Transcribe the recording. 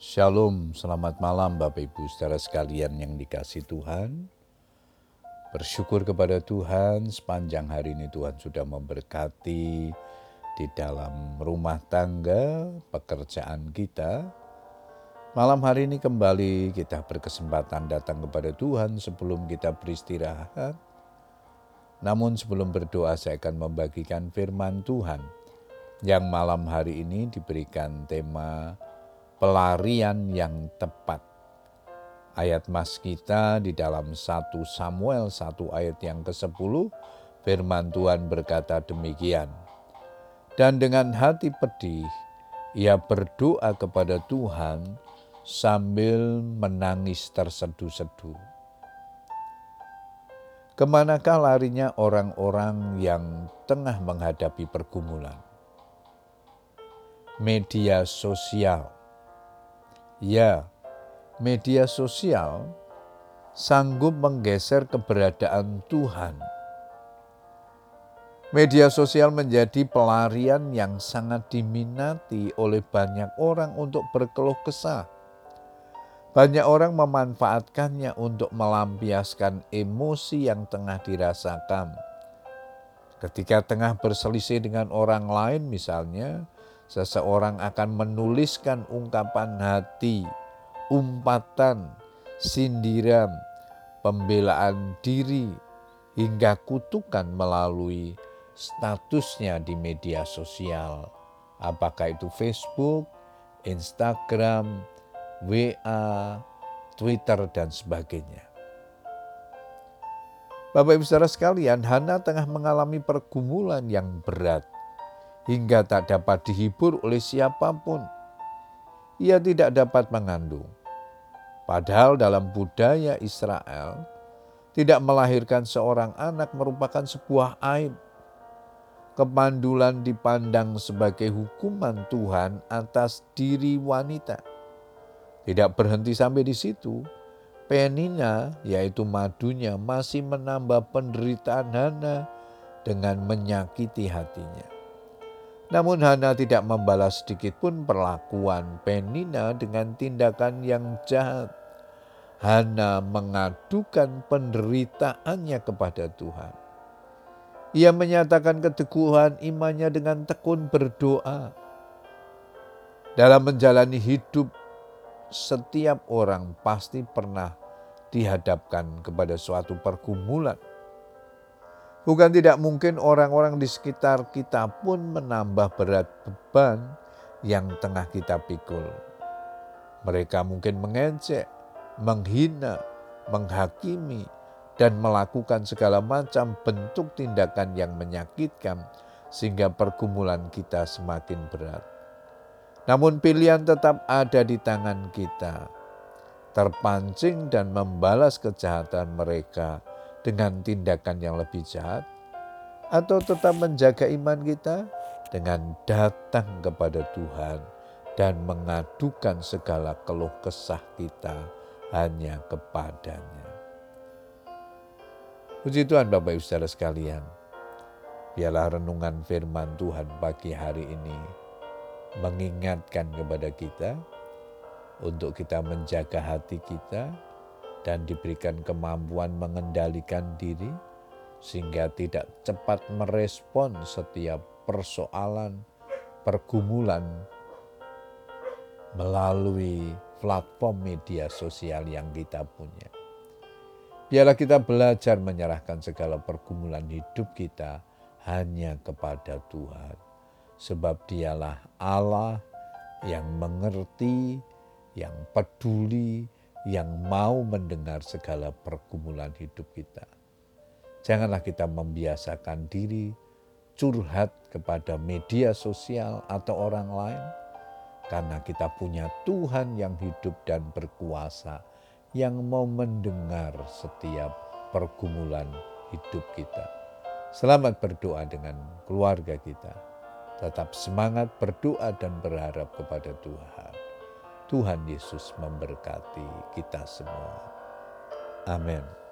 Shalom, selamat malam Bapak Ibu saudara sekalian yang dikasihi Tuhan. Bersyukur kepada Tuhan sepanjang hari ini Tuhan sudah memberkati di dalam rumah tangga, pekerjaan kita. Malam hari ini kembali kita berkesempatan datang kepada Tuhan sebelum kita beristirahat. Namun sebelum berdoa saya akan membagikan firman Tuhan yang malam hari ini diberikan tema pelarian yang tepat. Ayat mas kita di dalam 1 Samuel 1 ayat yang ke-10, firman Tuhan berkata demikian. Dan dengan hati pedih, ia berdoa kepada Tuhan sambil menangis terseduh-seduh. Kemanakah larinya orang-orang yang tengah menghadapi pergumulan? Media sosial. Ya, media sosial sanggup menggeser keberadaan Tuhan. Media sosial menjadi pelarian yang sangat diminati oleh banyak orang untuk berkeluh kesah. Banyak orang memanfaatkannya untuk melampiaskan emosi yang tengah dirasakan. Ketika tengah berselisih dengan orang lain misalnya, seseorang akan menuliskan ungkapan hati, umpatan, sindiran, pembelaan diri, hingga kutukan melalui statusnya di media sosial. Apakah itu Facebook, Instagram, WA, Twitter, dan sebagainya. Bapak Ibu saudara sekalian, Hana tengah mengalami pergumulan yang berat hingga tak dapat dihibur oleh siapapun. Ia tidak dapat mengandung. Padahal dalam budaya Israel, tidak melahirkan seorang anak merupakan sebuah aib. Kemandulan dipandang sebagai hukuman Tuhan atas diri wanita. Tidak berhenti sampai di situ, Penina, yaitu madunya, masih menambah penderitaan Hana dengan menyakiti hatinya. Namun Hana tidak membalas sedikit pun perlakuan Penina dengan tindakan yang jahat. Hana mengadukan penderitaannya kepada Tuhan. Ia menyatakan keteguhan imannya dengan tekun berdoa. Dalam menjalani hidup, setiap orang pasti pernah dihadapkan kepada suatu pergumulan. Bukan tidak mungkin orang-orang di sekitar kita pun menambah berat beban yang tengah kita pikul. Mereka mungkin mengejek, menghina, menghakimi, dan melakukan segala macam bentuk tindakan yang menyakitkan sehingga pergumulan kita semakin berat. Namun pilihan tetap ada di tangan kita, terpancing dan membalas kejahatan mereka dengan tindakan yang lebih jahat, atau tetap menjaga iman kita dengan datang kepada Tuhan dan mengadukan segala keluh kesah kita hanya kepadanya. Puji Tuhan Bapak Ibu saudara sekalian, biarlah renungan firman Tuhan pagi hari ini mengingatkan kepada kita untuk kita menjaga hati kita dan diberikan kemampuan mengendalikan diri sehingga tidak cepat merespon setiap persoalan, pergumulan melalui platform media sosial yang kita punya. Biarlah kita belajar menyerahkan segala pergumulan hidup kita hanya kepada Tuhan. Sebab dialah Allah yang mengerti, yang peduli, yang mau mendengar segala pergumulan hidup kita. Janganlah kita membiasakan diri curhat kepada media sosial atau orang lain. Karena kita punya Tuhan yang hidup dan berkuasa, yang mau mendengar setiap pergumulan hidup kita. Selamat berdoa dengan keluarga kita. Tetap semangat berdoa dan berharap kepada Tuhan. Tuhan Yesus memberkati kita semua. Amin.